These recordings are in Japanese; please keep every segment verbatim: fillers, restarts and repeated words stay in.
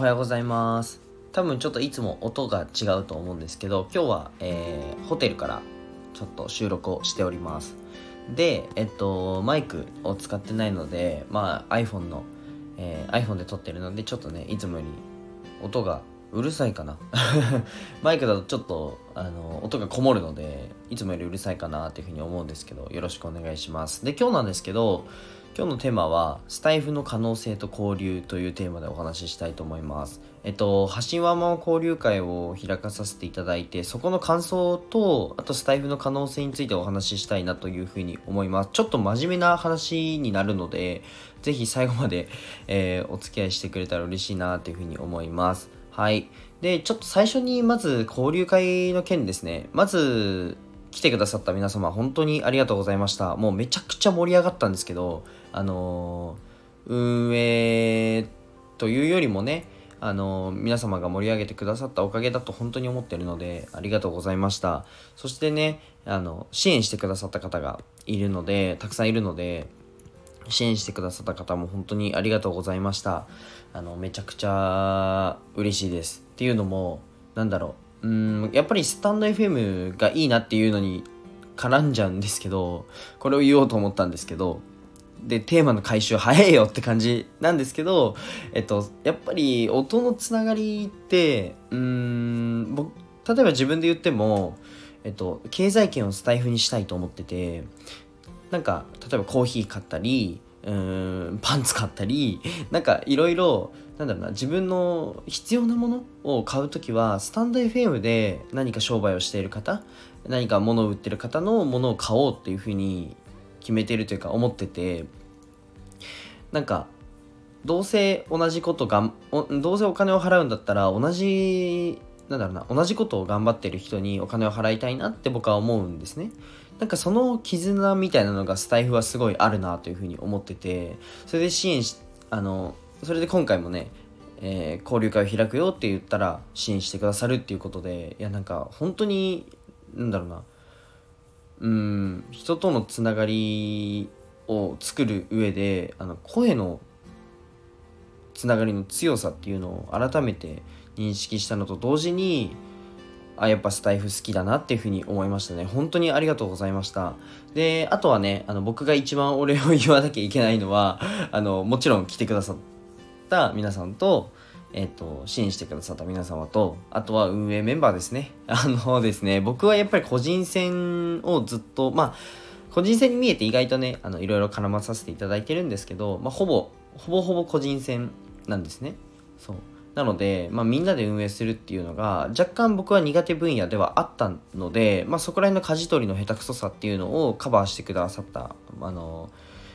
はようございます。多分ちょっといつも音が違うと思うんですけど、今日は、えーホテルからちょっと収録をしております。で、えっとマイクを使ってないので、まあ iPhone の、えー iPhone で撮ってるので、ちょっとねいつもより音がうるさいかなマイクだとちょっとあの音がこもるので、いつもよりうるさいかなというふうに思うんですけど、よろしくお願いします。で、今日なんですけど、今日のテーマはスタイフの可能性と交流というテーマでお話ししたいと思います。えっと発信ワンマン交流会を開かさせていただいて、そこの感想と、あとスタイフの可能性についてお話ししたいなというふうに思います。ちょっと真面目な話になるので、ぜひ最後まで、えーお付き合いしてくれたら嬉しいなというふうに思います。はい。で、ちょっと最初にまず交流会の件ですね。まず来てくださった皆様本当にありがとうございました。もうめちゃくちゃ盛り上がったんですけど、あのー運営というよりもね、あのー皆様が盛り上げてくださったおかげだと本当に思ってるので、ありがとうございました。そしてね、あの支援してくださった方がいるので、たくさんいるので、支援してくださった方も本当にありがとうございました。あのめちゃくちゃ嬉しいです。っていうのも、なんだろう、うーんやっぱりスタンド エフエム がいいなっていうのに絡んじゃうんですけど、これを言おうと思ったんですけど、でテーマの回収早いよって感じなんですけど、えっとやっぱり音のつながりって、うーん僕例えば自分で言っても、えっと経済圏をスタイフにしたいと思ってて、なんか例えばコーヒー買ったり、うーんパンツ買ったり、なんかいろいろ、なんだろうな、自分の必要なものを買うときはスタンド エフエム で何か商売をしている方、何か物を売ってる方のものを買おうっていうふうに決めてるというか思ってて、なんかどうせ同じことがんおどうせお金を払うんだったら、同じなんだろうな同じことを頑張ってる人にお金を払いたいなって僕は思うんですね。なんかその絆みたいなのがスタイフはすごいあるなというふうに思ってて、それで支援しあのそれで今回もね、えー交流会を開くよって言ったら支援してくださるっていうことで、いやなんか本当になんだろうな、うーん人とのつながりを作る上で、あの声のつながりの強さっていうのを改めて認識したのと同時に、あ、やっぱスタイフ好きだなっていうふうに思いましたね。本当にありがとうございました。で、あとはね、あの僕が一番お礼を言わなきゃいけないのは、あのもちろん来てくださった皆さんと、えっと支援してくださった皆様と、あとは運営メンバーですね。あのですね、僕はやっぱり個人戦をずっと、まあ個人戦に見えて意外とね、あのいろいろ絡まさせていただいてるんですけど、まあほぼほぼほぼ個人戦なんですね。そうなので、まあ、みんなで運営するっていうのが若干僕は苦手分野ではあったので、まあ、そこら辺の舵取りの下手くそさっていうのをカバーしてくださったあの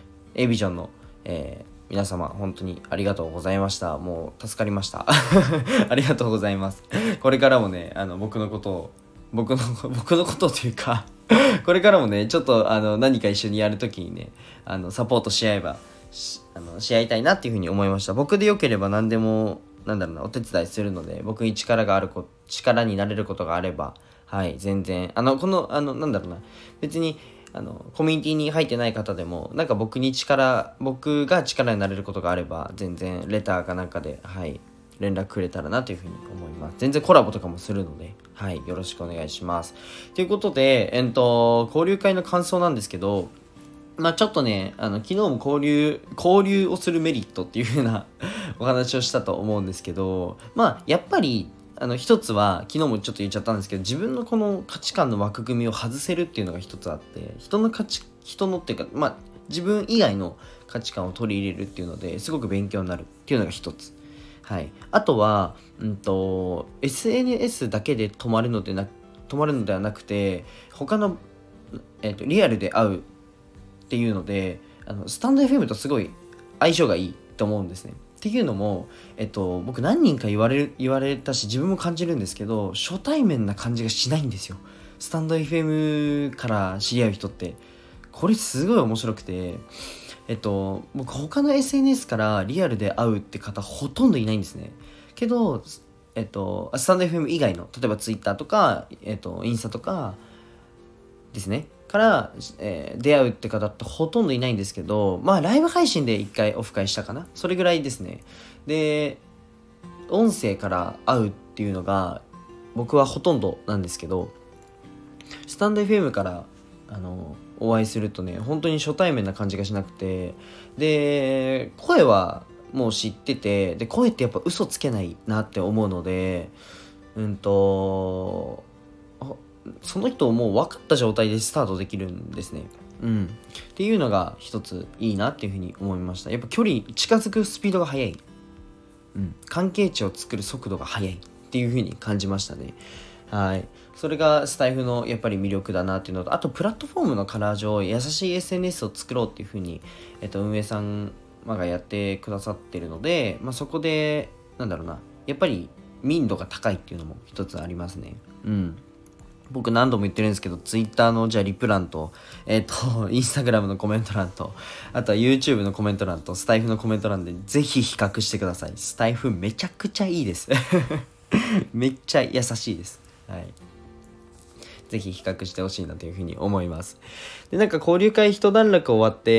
A ビジョンの、えー皆様本当にありがとうございました。もう助かりましたありがとうございます。これからもね、あの僕のことを僕の僕のことというかこれからもね、ちょっとあの何か一緒にやるときにね、あのサポートし合えばしあのし合いたいなっていうふうに思いました。僕でよければ何でも、なんだろうな、お手伝いするので、僕に力があるこ力になれることがあれば、はい全然、あのこのあのなんだろうな、別にあのコミュニティに入ってない方でも、なんか僕に力僕が力になれることがあれば、全然レターかなんかで、はい連絡くれたらなというふうに思います。全然コラボとかもするので、はいよろしくお願いします。ということで、えっと交流会の感想なんですけど、まあちょっとね、あの昨日も交流交流をするメリットっていう風なお話をしたと思うんですけど、まあやっぱりあの一つは、昨日もちょっと言っちゃったんですけど、自分のこの価値観の枠組みを外せるっていうのが一つあって、人の価値人のっていうか、まあ自分以外の価値観を取り入れるっていうのですごく勉強になるっていうのが一つ。はい。あとは、うんと エスエヌエス だけで止まるのでな止まるのではなくて、他のえっとリアルで会うっていうので、あのスタンド エフエム とすごい相性がいいと思うんですね。っていうのも、えっと、僕何人か言われる言われたし、自分も感じるんですけど、初対面な感じがしないんですよ。スタンド エフエム から知り合う人って、これすごい面白くて、えっと僕他の エスエヌエス からリアルで会うって方ほとんどいないんですね。けど、えっと、スタンド エフエム 以外の、例えば Twitter とか、えっと、インスタとかですねから、えー出会うって方ってほとんどいないんですけど、まあライブ配信で一回オフ会したかな、それぐらいですね。で、 音声から会うっていうのが僕はほとんどなんですけど、スタンド エフエム からあのお会いするとね、本当に初対面な感じがしなくて、で声はもう知ってて、で声ってやっぱ嘘つけないなって思うので、うんとその人をもう分かった状態でスタートできるんですね。うん、っていうのが一ついいなっていうふうに思いました。やっぱ距離近づくスピードが速い、うん、関係値を作る速度が速いっていうふうに感じましたね。はい、それがスタイフのやっぱり魅力だなっていうのと、あとプラットフォームのカラー上優しい エスエヌエス を作ろうっていうふうに、えっと、運営さんがやってくださってるので、まあ、そこでなんだろうな、やっぱり民度が高いっていうのも一つありますね。うん、僕何度も言ってるんですけど、ツイッターのじゃあリプ欄と、えっと、インスタグラムのコメント欄と、あとは YouTube のコメント欄と、スタイフのコメント欄でぜひ比較してください。スタイフめちゃくちゃいいです。めっちゃ優しいです。はい。ぜひ比較してほしいなというふうに思います。で、なんか交流会一段落終わって、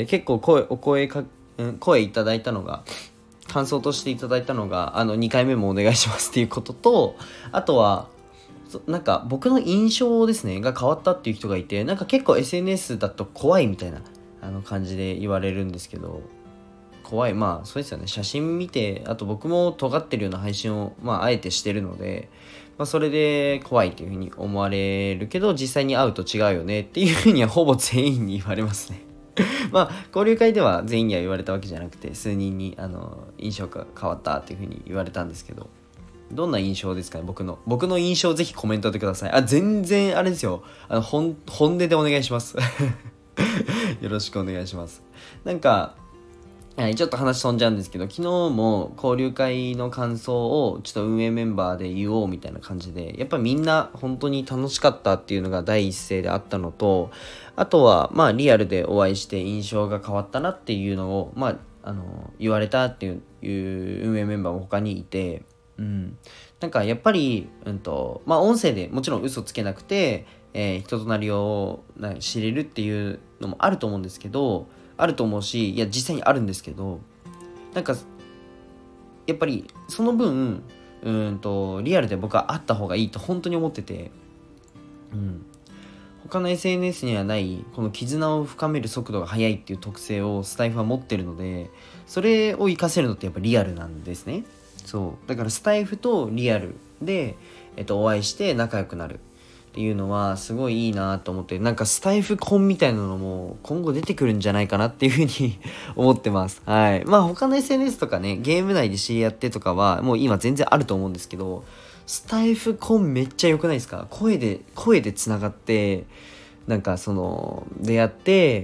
結構声、お声か、声いただいたのが、感想としていただいたのが、あの、にかいめもお願いしますっていうことと、あとは、なんか僕の印象ですねが変わったっていう人がいて、なんか結構 エスエヌエス だと怖いみたいなあの感じで言われるんですけど、怖い、まあそうですよね。写真見て、あと僕も尖ってるような配信をまああえてしてるので、まあ、それで怖いっていう風に思われるけど、実際に会うと違うよねっていう風にはほぼ全員に言われますね。まあ交流会では全員には言われたわけじゃなくて、数人にあの印象が変わったっていう風に言われたんですけど、どんな印象ですかね。僕の僕の印象をぜひコメントでください。あ、全然あれですよ、あの本本音でお願いしますよろしくお願いします。なんか、はい、ちょっと話飛んじゃうんですけど、昨日も交流会の感想をちょっと運営メンバーで言おうみたいな感じで、やっぱみんな本当に楽しかったっていうのが第一声であったのと、あとはまあリアルでお会いして印象が変わったなっていうのをまああの言われたっていう運営メンバーも他にいて、うん、なんかやっぱり、うんとまあ、音声でもちろん嘘つけなくて、えー、人となりを知れるっていうのもあると思うんですけど、あると思うし、いや実際にあるんですけど、なんかやっぱりその分うんとリアルで僕は会った方がいいと本当に思ってて、うん、他の エスエヌエス にはないこの絆を深める速度が速いっていう特性をスタイフは持ってるので、それを活かせるのってやっぱリアルなんですね。そうだからスタイフとリアルで、えっと、お会いして仲良くなるっていうのはすごいいいなと思って、なんかスタイフ婚みたいなのも今後出てくるんじゃないかなっていうふうに思ってます。はい。まあ他の エスエヌエス とかね、ゲーム内で知り合ってとかはもう今全然あると思うんですけど、スタイフ婚めっちゃ良くないですか？声で声でつながって、なんかその出会って、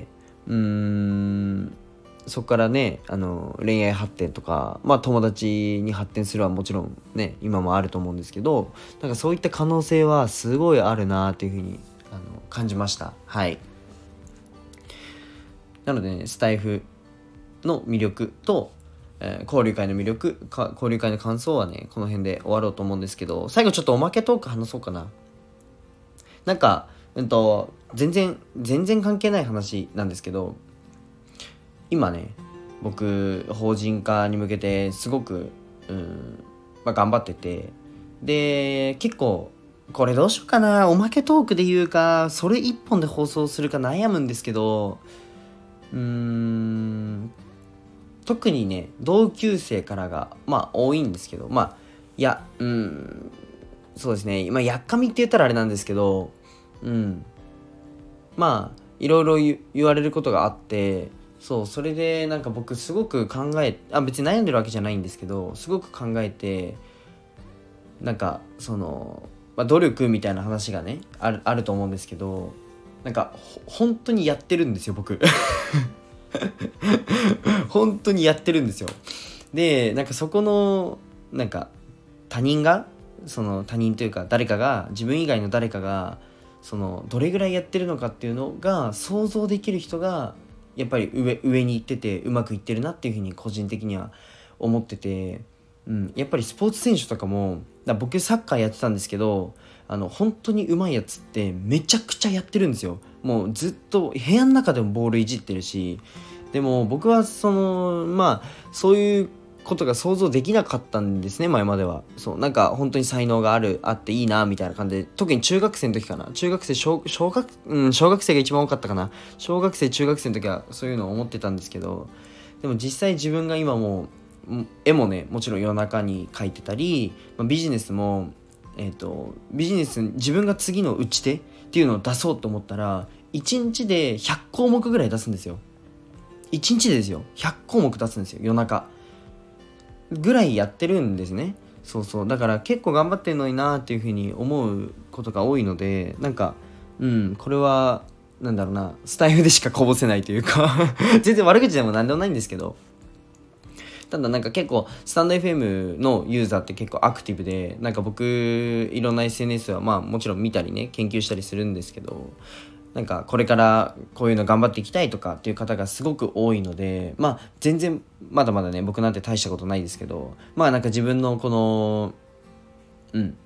うーんそこからね、あの恋愛発展とか、まあ友達に発展するはもちろんね今もあると思うんですけど、なんかそういった可能性はすごいあるなっていうふうにあの感じました。はい。なのでね、スタイフの魅力と、えー、交流会の魅力か、交流会の感想はねこの辺で終わろうと思うんですけど、最後ちょっとおまけトーク話そうかな。なんかうんと全然全然関係ない話なんですけど、今ね僕法人化に向けてすごく、うんまあ、頑張ってて、で結構これどうしようかな、おまけトークで言うかそれ一本で放送するか悩むんですけど、うーん特にね同級生からがまあ多いんですけど、まあいやうんそうですね、まあやっかみって言ったらあれなんですけど、うんまあいろいろ言言われることがあって、そうそれでなんか僕すごく考えあ別に悩んでるわけじゃないんですけど、すごく考えて、なんかその、まあ、努力みたいな話がねあるあると思うんですけど、なんか本当にやってるんですよ僕本当にやってるんですよ。でなんかそこのなんか他人がその他人というか誰かが自分以外の誰かがそのどれぐらいやってるのかっていうのが想像できる人がやっぱり上上に行っててうまくいってるなっていうふうに個人的には思ってて、うん、やっぱりスポーツ選手とかもだ僕サッカーやってたんですけど、あの本当に上手いやつってめちゃくちゃやってるんですよ。もうずっと部屋の中でもボールいじってるし、でも僕はそのまあそういうことが想像できなかったんですね、前までは。そうなんか本当に才能があるあっていいなみたいな感じで、特に中学生の時かな、中学生小小学うん小学生が一番多かったかな。小学生中学生の時はそういうのを思ってたんですけど、でも実際自分が今もう絵もねもちろん夜中に描いてたり、まあ、ビジネスもえっとビジネス自分が次の打ち手っていうのを出そうと思ったらいちにちでひゃっこうもくぐらい出すんですよ。いちにちでですよ、ひゃっこうもく出すんですよ、夜中ぐらいやってるんですね。そうそう、だから結構頑張ってるのになっていうふうに思うことが多いので、なんかうんこれはなんだろうな、スタイフでしかこぼせないというか全然悪口でもなんでもないんですけど、ただなんか結構スタンド エフエム のユーザーって結構アクティブで、なんか僕いろんな エスエヌエス はまあもちろん見たりね研究したりするんですけど、なんかこれからこういうの頑張っていきたいとかっていう方がすごく多いので、まあ全然まだまだね僕なんて大したことないですけど、まあなんか自分のこのうん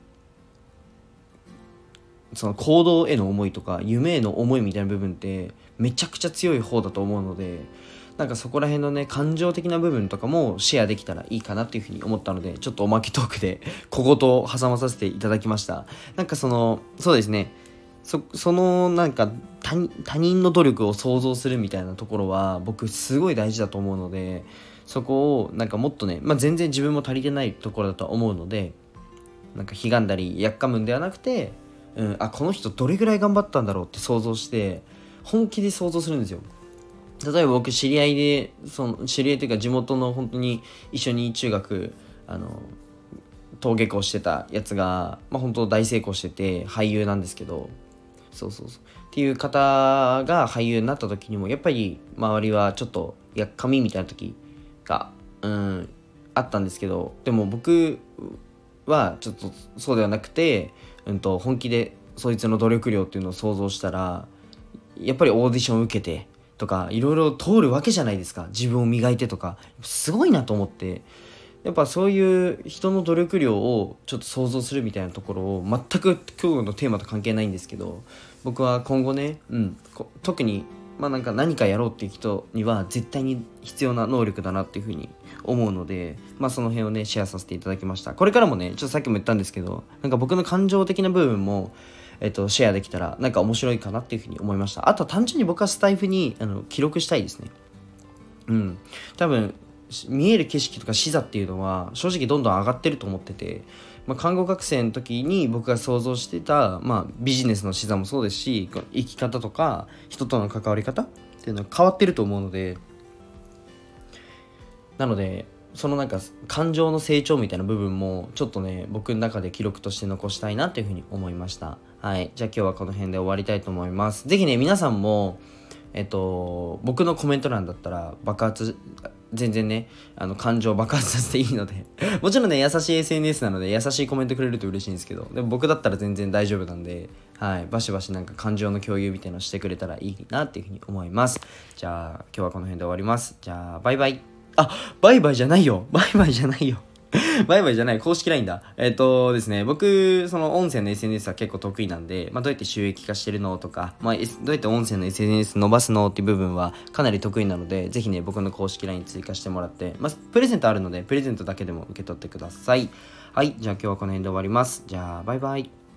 その行動への思いとか夢への思いみたいな部分ってめちゃくちゃ強い方だと思うので、なんかそこら辺のね感情的な部分とかもシェアできたらいいかなっていうふうに思ったので、ちょっとおまけトークで小言を挟まさせていただきました。なんかそのそうですね、そ, そのなんか 他, 他人の努力を想像するみたいなところは僕すごい大事だと思うので、そこをなんかもっとね、まあ、全然自分も足りてないところだとは思うので、なんかひがんだりやっかむんではなくて、うん、あこの人どれぐらい頑張ったんだろうって想像して本気で想像するんですよ。例えば僕知り合いでその知り合いというか地元の本当に一緒に中学あの登下校してたやつが、まあ、本当大成功してて俳優なんですけど、そうそうそうっていう方が俳優になった時にもやっぱり周りはちょっとやっかみみたいな時がうんあったんですけど、でも僕はちょっとそうではなくて、うんと本気でそいつの努力量っていうのを想像したら、やっぱりオーディション受けてとかいろいろ通るわけじゃないですか、自分を磨いてとか。すごいなと思って、やっぱそういう人の努力量をちょっと想像するみたいなところを全く今日のテーマと関係ないんですけど、僕は今後ね、うん、特にまあなんか何かやろうっていう人には絶対に必要な能力だなっていうふうに思うので、まあその辺をねシェアさせていただきました。これからもねちょっとさっきも言ったんですけど、なんか僕の感情的な部分もえっとシェアできたらなんか面白いかなっていうふうに思いました。あと単純に僕はスタイフにあの記録したいですね。うん多分見える景色とか視座っていうのは正直どんどん上がってると思ってて、まあ、看護学生の時に僕が想像してた、まあ、ビジネスの視座もそうですし、生き方とか人との関わり方っていうのは変わってると思うので、なのでそのなんか感情の成長みたいな部分もちょっとね僕の中で記録として残したいなというふうに思いました。はい、じゃあ今日はこの辺で終わりたいと思います。ぜひね皆さんもえっと僕のコメント欄だったら爆発全然ねあの感情を爆発させていいのでもちろんね優しい エスエヌエス なので優しいコメントくれると嬉しいんですけど、でも僕だったら全然大丈夫なんで、はい、バシバシなんか感情の共有みたいなのしてくれたらいいなっていうふうに思います。じゃあ今日はこの辺で終わります。じゃあバイバイ。あバイバイじゃないよバイバイじゃないよバイバイじゃない、公式 ライン だ。えっ、ー、とですね、僕、その音声の エスエヌエス は結構得意なんで、まあ、どうやって収益化してるのとか、まあ、どうやって音声の エスエヌエス 伸ばすのっていう部分はかなり得意なので、ぜひね、僕の公式 ライン 追加してもらって、まあ、プレゼントあるので、プレゼントだけでも受け取ってください。はい、じゃあ今日はこの辺で終わります。じゃあ、バイバイ。